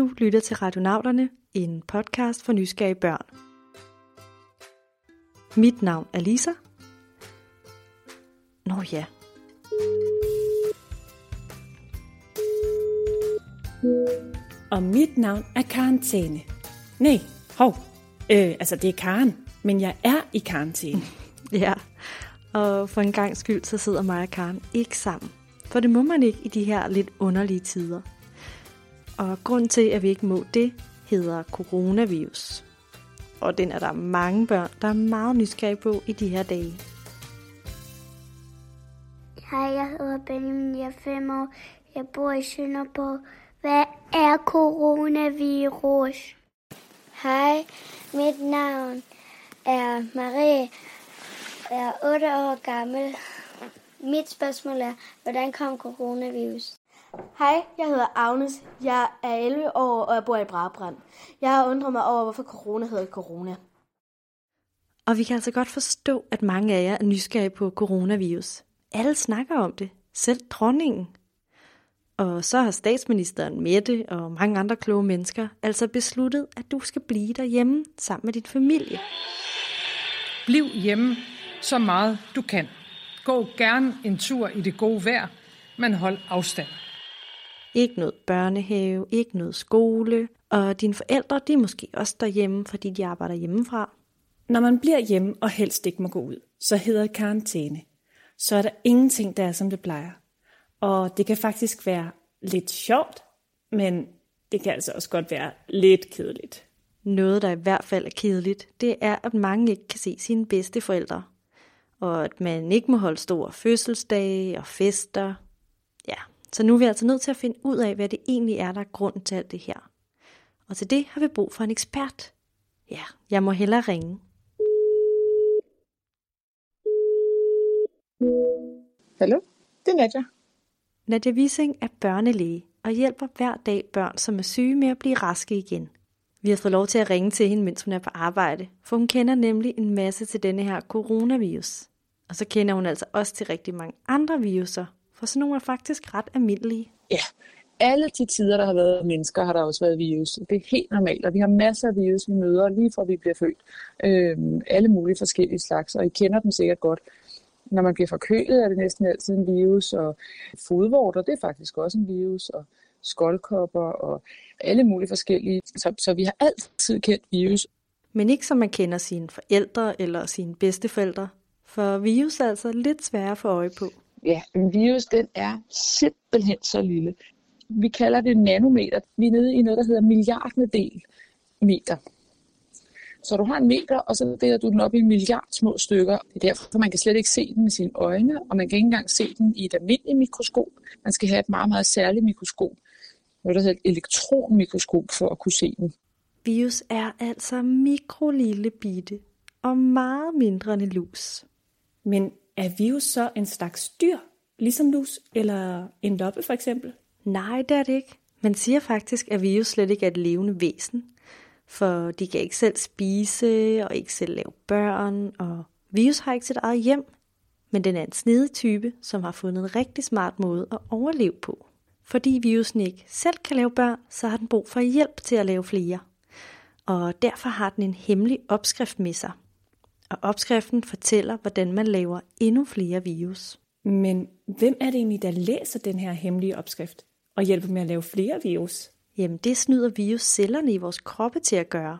Du lytter til Radionauterne, en podcast for nysgerrige børn. Mit navn er Lisa. Nå ja. Og mit navn er karantæne. Nej, det er Karen, men jeg er i karantæne. Ja, og for en gang skyld, så sidder mig og Karen ikke sammen. For det må man ikke i de her lidt underlige tider. Og grund til, at vi ikke må det, hedder coronavirus. Og den er der mange børn, der er meget nysgerrige på i de her dage. Hej, jeg hedder Benjamin, jeg er 5 år. Jeg bor i Sønderborg. Hvad er coronavirus? Hej, mit navn er Marie. Jeg er 8 år gammel. Mit spørgsmål er, hvordan kom coronavirus? Hej, jeg hedder Agnes. Jeg er 11 år, og jeg bor i Brabrand. Jeg har undret mig over, hvorfor corona hedder corona. Og vi kan altså godt forstå, at mange af jer er nysgerrige på coronavirus. Alle snakker om det, selv dronningen. Og så har statsministeren Mette og mange andre kloge mennesker altså besluttet, at du skal blive derhjemme sammen med din familie. Bliv hjemme så meget du kan. Gå gerne en tur i det gode vejr, men hold afstand. Ikke noget børnehave, ikke noget skole, og dine forældre, de er måske også derhjemme, fordi de arbejder hjemmefra. Når man bliver hjemme og helst ikke må gå ud, så hedder det karantæne. Så er der ingenting, der er som det plejer. Og det kan faktisk være lidt sjovt, men det kan altså også godt være lidt kedeligt. Noget, der i hvert fald er kedeligt, det er, at mange ikke kan se sine bedste forældre. Og at man ikke må holde store fødselsdage og fester. Ja, så nu er vi altså nødt til at finde ud af, hvad det egentlig er, der er grunden til alt det her. Og til det har vi brug for en ekspert. Ja, jeg må hellere ringe. Hallo, det er Nadja. Nadja Wissing er børnelæge og hjælper hver dag børn, som er syge med at blive raske igen. Vi har fået lov til at ringe til hende, mens hun er på arbejde, for hun kender nemlig en masse til denne her coronavirus. Og så kender hun altså også til rigtig mange andre viruser, for sådan nogle er faktisk ret almindelige. Ja, alle de tider, der har været mennesker, har der også været virus. Det er helt normalt, og vi har masser af virus, vi møder lige fra vi bliver født. Alle mulige forskellige slags, og I kender dem sikkert godt. Når man bliver forkølet, er det næsten altid en virus, og fodvorter, det er faktisk også en virus, og skoldkopper og alle mulige forskellige. Så vi har altid kendt virus. Men ikke som man kender sine forældre eller sine bedsteforældre, for virus er altså lidt sværere at få øje på. Ja, en virus, den er simpelthen så lille. Vi kalder det nanometer. Vi er nede i noget, der hedder milliardendedel meter. Så du har en meter, og så deler du den op i en milliard små stykker. Det er derfor, man kan slet ikke se den med sine øjne, og man kan ikke engang se den i et almindeligt mikroskop. Man skal have et meget, meget særligt mikroskop. Noget, der hedder et elektronmikroskop for at kunne se den. Virus er altså mikrolille bitte og meget mindre end en lus. Men er virus så en slags dyr, ligesom lus eller en loppe for eksempel? Nej, det er det ikke. Man siger faktisk, at virus slet ikke er et levende væsen. For de kan ikke selv spise og ikke selv lave børn, og virus har ikke sit eget hjem. Men den er en snedig type, som har fundet en rigtig smart måde at overleve på. Fordi virusen ikke selv kan lave børn, så har den brug for hjælp til at lave flere. Og derfor har den en hemmelig opskrift med sig. Og opskriften fortæller, hvordan man laver endnu flere virus. Men hvem er det egentlig, der læser den her hemmelige opskrift og hjælper med at lave flere virus? Jamen det snyder viruscellerne i vores kroppe til at gøre.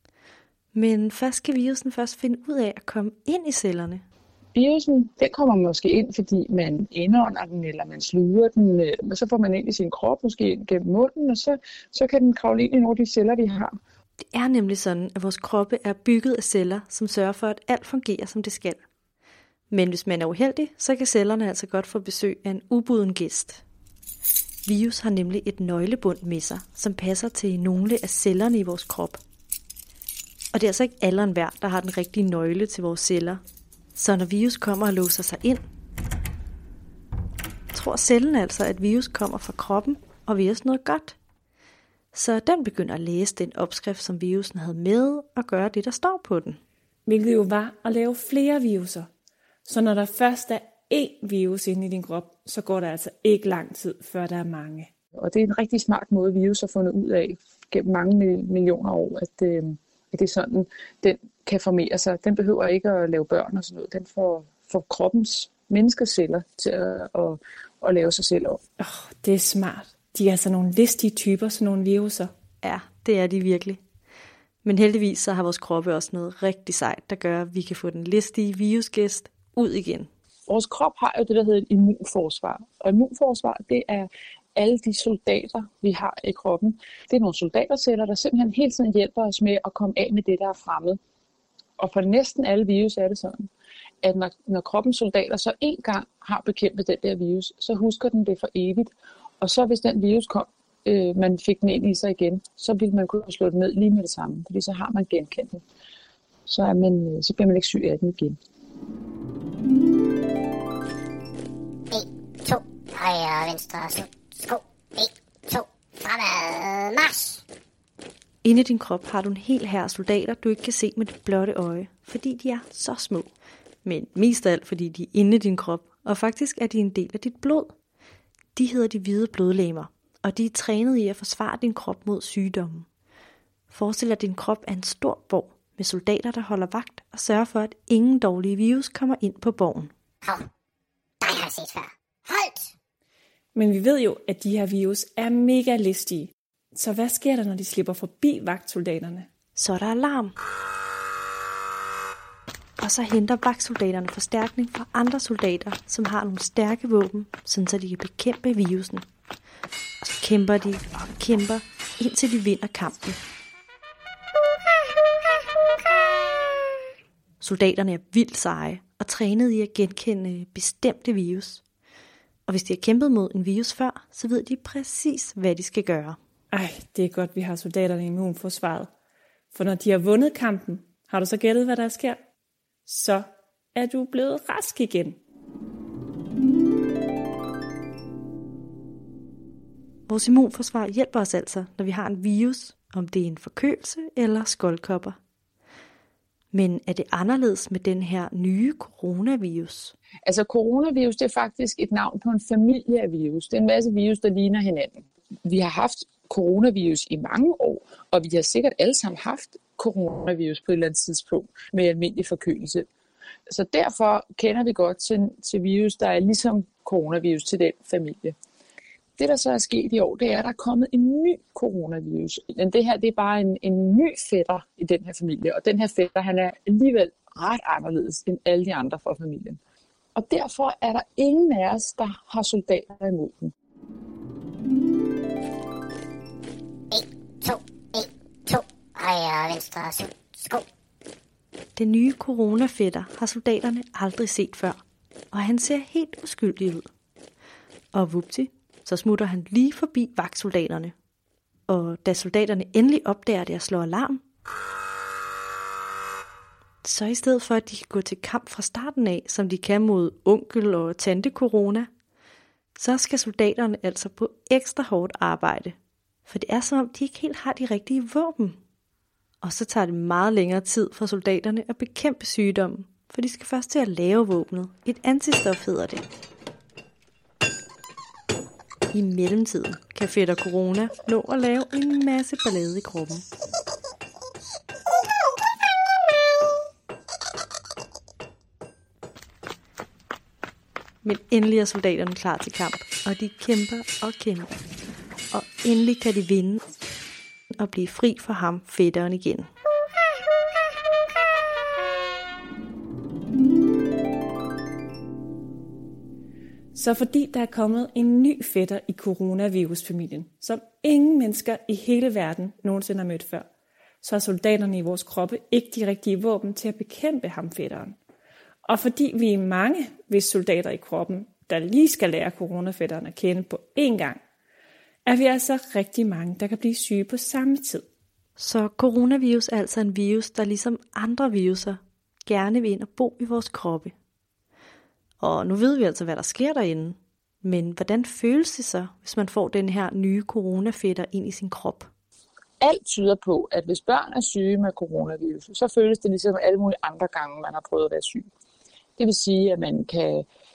Men først skal virusen finde ud af at komme ind i cellerne. Virusen, den kommer måske ind, fordi man indånder den, eller man sluger den, og så får man ind i sin krop, måske ind gennem munden, og så kan den kravle ind i nogle af de celler, vi har. Det er nemlig sådan, at vores kroppe er bygget af celler, som sørger for, at alt fungerer, som det skal. Men hvis man er uheldig, så kan cellerne altså godt få besøg af en ubuden gæst. Virus har nemlig et nøglebund med sig, som passer til nogle af cellerne i vores krop. Og det er altså ikke alle og enhver, der har den rigtige nøgle til vores celler. Så når virus kommer og låser sig ind, tror cellen altså, at virus kommer fra kroppen og vil os noget godt. Så den begynder at læse den opskrift, som virusen havde med, og gøre det, der står på den. Hvilket jo var at lave flere viruser. Så når der først er én virus inde i din krop, så går der altså ikke lang tid, før der er mange. Og det er en rigtig smart måde, virus har fundet ud af gennem mange millioner år, at det er sådan, den kan formere sig. Den behøver ikke at lave børn og sådan noget. Den får kroppens menneskeceller til at lave sig selv om. Det er smart. De er altså nogle listige typer, sådan nogle viruser. Ja, det er de virkelig. Men heldigvis så har vores kroppe også noget rigtig sejt, der gør, at vi kan få den listige virusgæst ud igen. Vores krop har jo det, der hedder et immunforsvar. Og immunforsvar, det er alle de soldater, vi har i kroppen. Det er nogle soldaterceller, der simpelthen hele tiden hjælper os med at komme af med det, der er fremmed. Og for næsten alle virus er det sådan, at når kroppens soldater så en gang har bekæmpet den der virus, så husker den det for evigt. Og så hvis den virus kom, man fik den ind i sig igen, så ville man kunne slå den ned lige med det samme, fordi så har man genkendt den. Så bliver man ikke syg af den igen. 1, 2, højre, venstre, sko. 1, 2, fremad, march. Inde i din krop har du en hel hær soldater, du ikke kan se med dit blotte øje, fordi de er så små. Men mest af alt, fordi de er inde i din krop, og faktisk er de en del af dit blod. De hedder de hvide blodlegemer, og de er trænet i at forsvare din krop mod sygdommen. Forestil dig, at din krop er en stor borg med soldater, der holder vagt og sørger for, at ingen dårlige virus kommer ind på borgen. Hov, dig har jeg set før. Holdt! Men vi ved jo, at de her virus er mega listige. Så hvad sker der, når de slipper forbi vagtsoldaterne? Så er der alarm. Og så henter vagtsoldaterne forstærkning fra andre soldater, som har nogle stærke våben, sådan så de kan bekæmpe virusen. Og så kæmper de og kæmper, indtil de vinder kampen. Soldaterne er vildt seje og trænet i at genkende bestemte virus. Og hvis de har kæmpet mod en virus før, så ved de præcis, hvad de skal gøre. Ej, det er godt, vi har soldaterne i immunforsvaret. For når de har vundet kampen, har du så gættet, hvad der sker? Så er du blevet rask igen. Vores immunforsvar hjælper os altså, når vi har en virus, om det er en forkølelse eller skoldkopper. Men er det anderledes med den her nye coronavirus? Altså coronavirus, det er faktisk et navn på en familie af virus. Det er en masse virus, der ligner hinanden. Vi har haft coronavirus i mange år, og vi har sikkert alle sammen haft coronavirus på et eller andet tidspunkt med almindelig forkølelse. Så derfor kender vi godt til virus, der er ligesom coronavirus til den familie. Det, der så er sket i år, det er, at der er kommet en ny coronavirus. Men det her, det er bare en ny fætter i den her familie. Og den her fætter, han er alligevel ret anderledes end alle de andre fra familien. Og derfor er der ingen af os, der har soldater imod den. 1, 2, højre, venstre, sko. Den nye coronafætter har soldaterne aldrig set før, og han ser helt uskyldig ud. Og vupti, så smutter han lige forbi vagtsoldaterne. Og da soldaterne endelig opdager det og slår alarm, så i stedet for at de kan gå til kamp fra starten af, som de kan mod onkel og tante corona, så skal soldaterne altså på ekstra hårdt arbejde. For det er som om, de ikke helt har de rigtige våben. Og så tager det meget længere tid for soldaterne at bekæmpe sygdommen, for de skal først til at lave våbnet. Et antistof hedder det. I mellemtiden kan fætter corona nå at lave en masse ballade i kroppen. Men endelig er soldaterne klar til kamp, og de kæmper og kæmper. Og endelig kan de vinde og blive fri for ham, fætteren igen. Så fordi der er kommet en ny fætter i coronavirusfamilien, som ingen mennesker i hele verden nogensinde har mødt før, så har soldaterne i vores kroppe ikke de rigtige våben til at bekæmpe ham, fætteren. Og fordi vi er mange, hvis soldater i kroppen, der lige skal lære coronafætteren at kende på én gang, er vi altså rigtig mange, der kan blive syge på samme tid. Så coronavirus er altså en virus, der ligesom andre viruser gerne vil ind og bo i vores kroppe. Og nu ved vi altså, hvad der sker derinde. Men hvordan føles det så, hvis man får den her nye coronafætter ind i sin krop? Alt tyder på, at hvis børn er syge med coronavirus, så føles det ligesom alle mulige andre gange, man har prøvet at være syg. Det vil sige, at man kan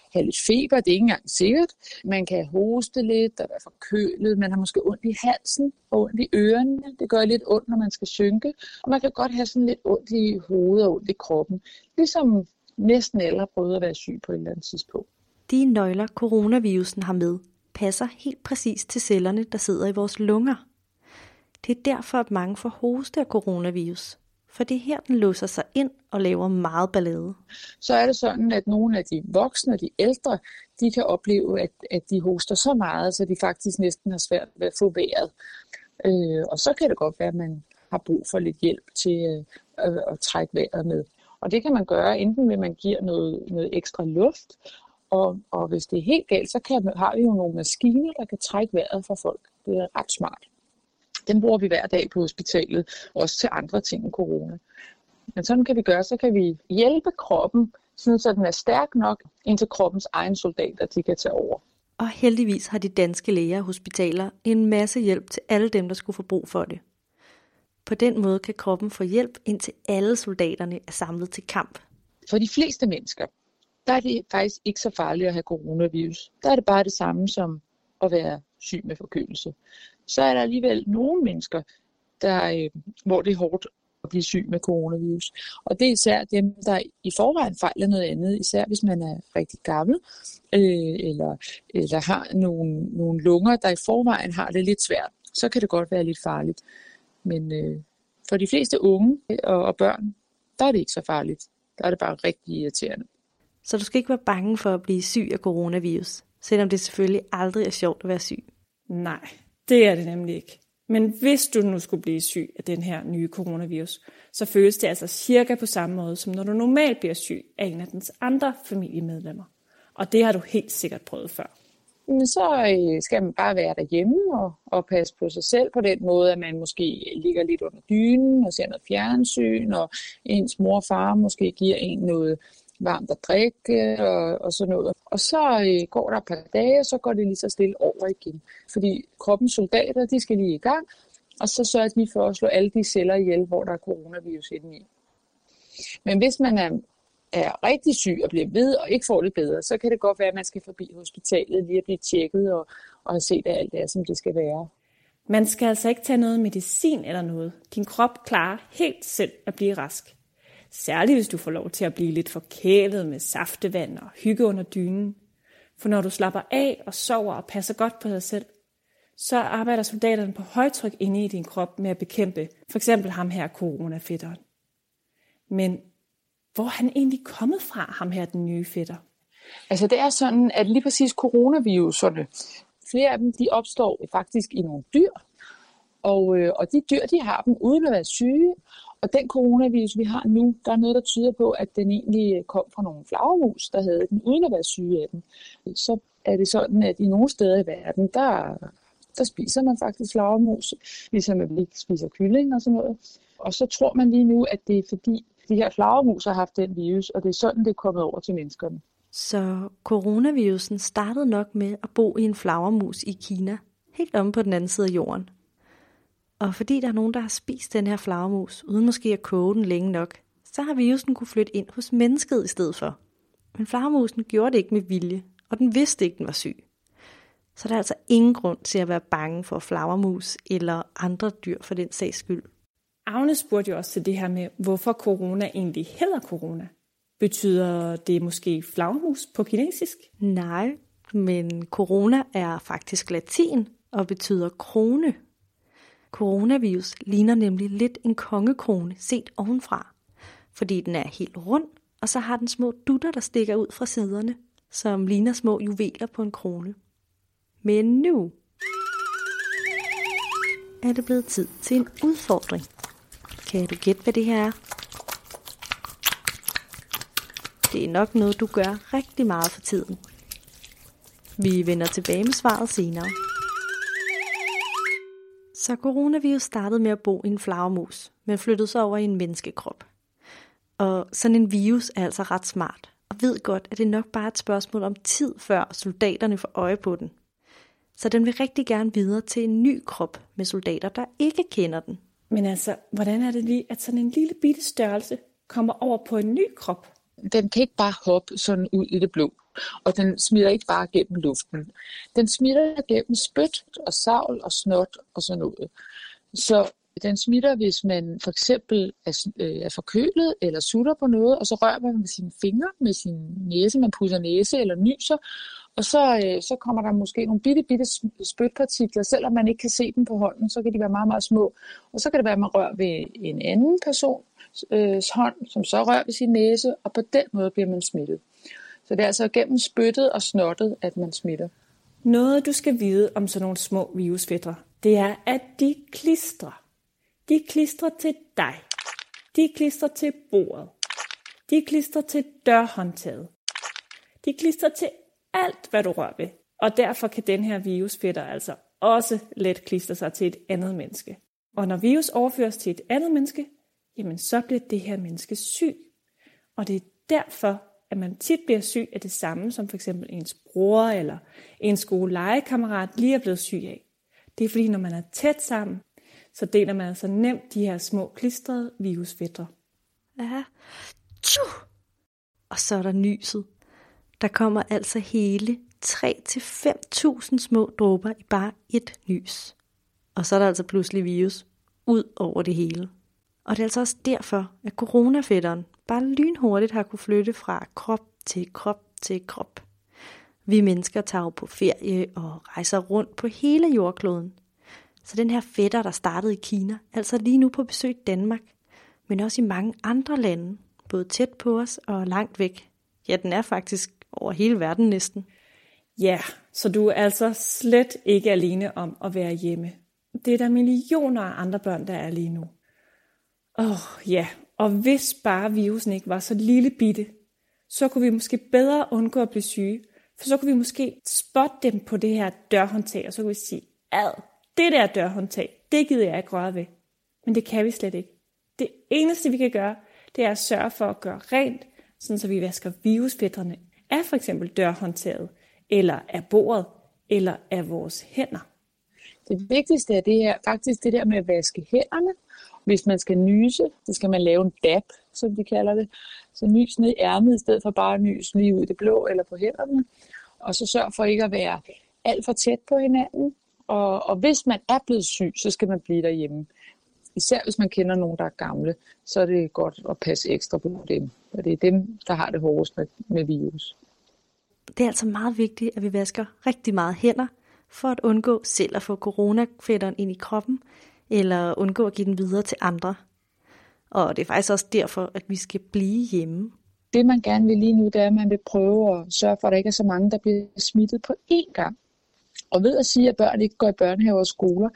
have lidt feber, det er ikke engang sikkert. Man kan hoste lidt og være forkølet, man har måske ondt i halsen og ondt i ørerne. Det gør lidt ondt, når man skal synke, og man kan godt have sådan lidt ondt i hovedet og ondt i kroppen. Ligesom næsten alle har prøvet at være syg på et eller andet tidspunkt. De nøgler, coronavirusen har med, passer helt præcis til cellerne, der sidder i vores lunger. Det er derfor, at mange får hoste af coronavirus. For det er her, den låser sig ind og laver meget ballade. Så er det sådan, at nogle af de voksne og de ældre, de kan opleve, at de hoster så meget, så de faktisk næsten har svært ved at få vejret. Og så kan det godt være, at man har brug for lidt hjælp til at trække vejret med. Og det kan man gøre, enten ved at man giver noget ekstra luft, og hvis det er helt galt, så har vi jo nogle maskiner, der kan trække vejret fra folk. Det er ret smart. Den bruger vi hver dag på hospitalet, også til andre ting end corona. Men sådan kan vi gøre, så kan vi hjælpe kroppen, så den er stærk nok, indtil kroppens egen soldater de kan tage over. Og heldigvis har de danske læger og hospitaler en masse hjælp til alle dem, der skulle få brug for det. På den måde kan kroppen få hjælp, indtil alle soldaterne er samlet til kamp. For de fleste mennesker, der er det faktisk ikke så farligt at have coronavirus. Der er det bare det samme som at være syg med forkølelse. Så er der alligevel nogle mennesker, hvor det er hårdt at blive syg med coronavirus. Og det er især dem, der i forvejen fejler noget andet, især hvis man er rigtig gammel, eller har nogle lunger, der i forvejen har det lidt svært. Så kan det godt være lidt farligt. Men for de fleste unge og børn, der er det ikke så farligt. Der er det bare rigtig irriterende. Så du skal ikke være bange for at blive syg af coronavirus, selvom det selvfølgelig aldrig er sjovt at være syg. Nej, det er det nemlig ikke. Men hvis du nu skulle blive syg af den her nye coronavirus, så føles det altså cirka på samme måde, som når du normalt bliver syg af en af dens andre familiemedlemmer. Og det har du helt sikkert prøvet før. Så skal man bare være derhjemme og passe på sig selv på den måde, at man måske ligger lidt under dynen og ser noget fjernsyn, og ens mor og far måske giver en noget varmt at drikke og sådan noget. Og så går der et par dage, og så går det lige så stille over igen. Fordi kroppens soldater, de skal lige i gang, og så sørger de for at slå alle de celler ihjel, hvor der er coronavirus inde i. Men hvis man er rigtig syg og bliver ved og ikke får det bedre, så kan det godt være, at man skal forbi hospitalet lige at blive tjekket og se, at alt er, som det skal være. Man skal altså ikke tage noget medicin eller noget. Din krop klarer helt selv at blive rask. Særligt hvis du får lov til at blive lidt forkælet med saftevand og hygge under dynen. For når du slapper af og sover og passer godt på dig selv, så arbejder soldaterne på højtryk inde i din krop med at bekæmpe for eksempel ham her coronafætteren. Men hvor er han egentlig kommet fra, ham her den nye fætter? Altså det er sådan, at lige præcis coronaviruserne, flere af dem, de opstår faktisk i nogle dyr. Og de dyr, de har dem uden at være syge. Og den coronavirus, vi har nu, der er noget, der tyder på, at den egentlig kom fra nogle flagermus, der havde den uden at være syge af den. Så er det sådan, at i nogle steder i verden, der spiser man faktisk flagermus, ligesom at vi ikke spiser kylling og sådan noget. Og så tror man lige nu, at det er fordi, de her flagermus har haft den virus, og det er sådan, det er kommet over til menneskerne. Så coronavirusen startede nok med at bo i en flagermus i Kina, helt omme på den anden side af jorden. Og fordi der er nogen, der har spist den her flagermus, uden måske at koge den længe nok, så har virusen kunne flytte ind hos mennesket i stedet for. Men flagermusen gjorde det ikke med vilje, og den vidste ikke, den var syg. Så der er altså ingen grund til at være bange for flagermus eller andre dyr for den sags skyld. Agnes spurgte jo også til det her med, hvorfor corona egentlig hedder corona. Betyder det måske flagermus på kinesisk? Nej, men corona er faktisk latin og betyder krone. Coronavirus ligner nemlig lidt en kongekrone set ovenfra, fordi den er helt rund, og så har den små dutter, der stikker ud fra siderne, som ligner små juveler på en krone. Men nu er det blevet tid til en udfordring. Kan du gætte, hvad det her er? Det er nok noget, du gør rigtig meget for tiden. Vi vender tilbage med svaret senere. Så coronavirus startede med at bo i en flagermus, men flyttede så over i en menneskekrop. Og sådan en virus er altså ret smart, og ved godt, at det nok bare er et spørgsmål om tid, før soldaterne får øje på den. Så den vil rigtig gerne videre til en ny krop med soldater, der ikke kender den. Men altså, hvordan er det lige, at sådan en lille bitte størrelse kommer over på en ny krop? Den kan ikke bare hoppe sådan ud i det blå. Og den smitter ikke bare gennem luften. Den smitter gennem spyt og savl og snot og sådan noget. Så den smitter, hvis man for eksempel er forkølet eller sutter på noget, og så rører man med sine fingre, med sin næse, man pudser næse eller nyser, og så kommer der måske nogle bitte spytpartikler, selvom man ikke kan se dem på hånden, så kan de være meget, meget små. Og så kan det være, at man rører ved en anden persons hånd, som så rører ved sin næse, og på den måde bliver man smittet. Så det er altså gennem spyttet og snottet, at man smitter. Noget, du skal vide om sådan nogle små virusfætre, det er, at de klistrer. De klistrer til dig. De klistrer til bordet. De klistrer til dørhåndtaget. De klistrer til alt, hvad du rører ved. Og derfor kan den her virusfætter altså også let klistre sig til et andet menneske. Og når virus overføres til et andet menneske, jamen så bliver det her menneske syg. Og det er derfor, at man tit bliver syg af det samme, som for eksempel ens bror eller en skolegekammerat lige er blevet syg af. Det er fordi, når man er tæt sammen, så deler man altså nemt de her små klistrede virusfætre. Ja. Og så er der nyset. Der kommer altså hele 3-5.000 små dråber i bare et nys. Og så er der altså pludselig virus ud over det hele. Og det er altså også derfor, at coronafætteren bare lynhurtigt har kunne flytte fra krop til krop til krop. Vi mennesker tager jo på ferie og rejser rundt på hele jordkloden. Så den her fætter, der startede i Kina, altså lige nu på besøg i Danmark, men også i mange andre lande, både tæt på os og langt væk. Ja, den er faktisk over hele verden næsten. Ja, så du er altså slet ikke alene om at være hjemme. Det er der millioner af andre børn, der er lige nu. Ja, og hvis bare virusen ikke var så lille bitte, så kunne vi måske bedre undgå at blive syge, for så kunne vi måske spotte dem på det her dørhåndtag, og så kunne vi sige, det der dørhåndtag, det gider jeg ikke røre ved. Men det kan vi slet ikke. Det eneste, vi kan gøre, det er at sørge for at gøre rent, sådan så vi vasker virusfætrene af for eksempel dørhåndtaget, eller af bordet, eller af vores hænder. Det vigtigste er det her, faktisk det der med at vaske hænderne. Hvis man skal nyse, så skal man lave en dab, som de kalder det. Så nys ned i ærmet, i stedet for bare at nys lige ud i det blå eller på hænderne. Og så sørg for ikke at være alt for tæt på hinanden. Og hvis man er blevet syg, så skal man blive derhjemme. Især hvis man kender nogen, der er gamle, så er det godt at passe ekstra på dem. Og det er dem, der har det hårdest med virus. Det er altså meget vigtigt, at vi vasker rigtig meget hænder, for at undgå selv at få coronafætteren ind i kroppen, eller undgå at give den videre til andre. Og det er faktisk også derfor, at vi skal blive hjemme. Det man gerne vil lige nu, det er, at man vil prøve at sørge for, at der ikke er så mange, der bliver smittet på én gang. Og ved at sige, at børn ikke går i børnehaver og skoler,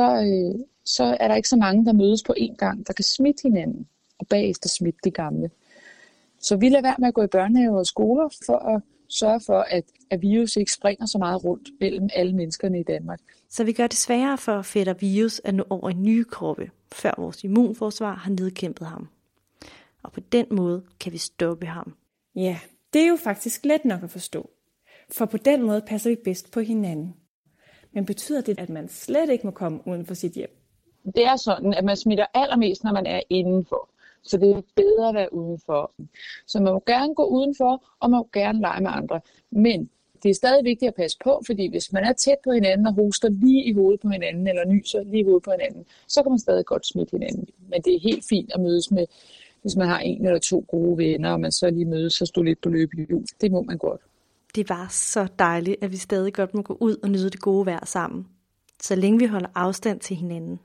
så er der ikke så mange, der mødes på én gang, der kan smitte hinanden, og bagefter smitte de gamle. Så vi lader være med at gå i børnehaver og skoler, for at sørge for, at virus ikke springer så meget rundt mellem alle menneskerne i Danmark. Så vi gør det sværere for fætter virus at nå over i nye kroppe, før vores immunforsvar har nedkæmpet ham. Og på den måde kan vi stoppe ham. Ja, det er jo faktisk let nok at forstå. For på den måde passer vi bedst på hinanden. Men betyder det, at man slet ikke må komme uden for sit hjem? Det er sådan, at man smitter allermest, når man er indenfor. Så det er bedre at være udenfor. Så man må gerne gå udenfor, og man må gerne lege med andre. Men det er stadig vigtigt at passe på, fordi hvis man er tæt på hinanden og hoster lige i hovedet på hinanden, eller nyser lige i hovedet på hinanden, så kan man stadig godt smitte hinanden. Men det er helt fint at mødes med, hvis man har 1 eller 2 gode venner, og man så lige mødes og stå lidt på løbehjul. Det må man godt. Det var så dejligt, at vi stadig godt må gå ud og nyde det gode vejr sammen, så længe vi holder afstand til hinanden.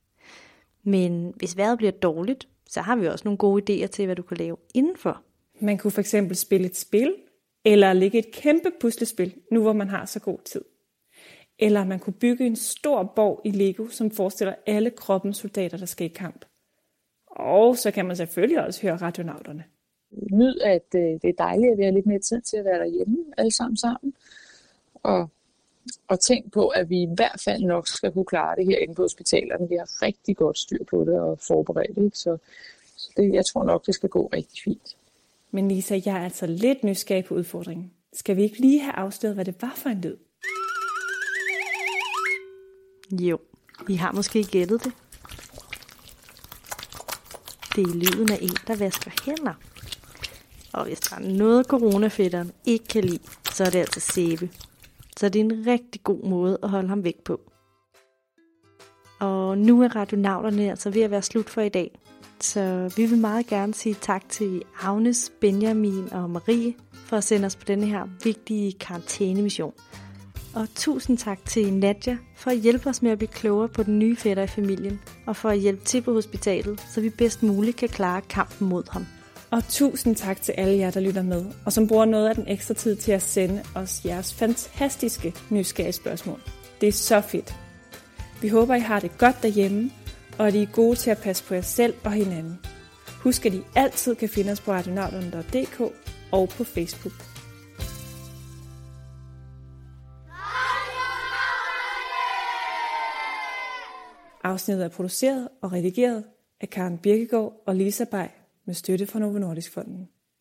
Men hvis vejret bliver dårligt, så har vi også nogle gode idéer til, hvad du kan lave indenfor. Man kunne for eksempel spille et spil, eller lægge et kæmpe puslespil, nu hvor man har så god tid. Eller man kunne bygge en stor borg i Lego, som forestiller alle kroppens soldater, der skal i kamp. Og så kan man selvfølgelig også høre Radionauterne. Nyd, at det er dejligt, at vi har lidt mere tid til at være derhjemme, alle sammen. Og tænk på, at vi i hvert fald nok skal kunne klare det her inde på hospitalerne. Vi har rigtig godt styr på det og forberedt det. Så det, jeg tror nok, det skal gå rigtig fint. Men Lisa, jeg er altså lidt nysgerrig på udfordringen. Skal vi ikke lige have afsløret, hvad det var for en lyd? Jo, vi har måske gættet det. Det er lyden af en, der vasker hænder. Og hvis der er noget coronafætteren ikke kan lide, så er det altså sæbe. Så det er en rigtig god måde at holde ham væk på. Og nu er Radionauterne altså ved at være slut for i dag. Så vi vil meget gerne sige tak til Agnes, Benjamin og Marie for at sende os på denne her vigtige karantænemission. Og tusind tak til Nadja for at hjælpe os med at blive klogere på den nye fætter i familien, og for at hjælpe til på hospitalet, så vi bedst muligt kan klare kampen mod ham. Og tusind tak til alle jer, der lytter med, og som bruger noget af den ekstra tid til at sende os jeres fantastiske nysgerrige spørgsmål. Det er så fedt. Vi håber, I har det godt derhjemme, og at I er gode til at passe på jer selv og hinanden. Husk, at I altid kan finde os på radionauterne.dk og på Facebook. Afsnittet er produceret og redigeret af Karen Birkegaard og Lisa Bay med støtte fra Novo Nordisk Fonden.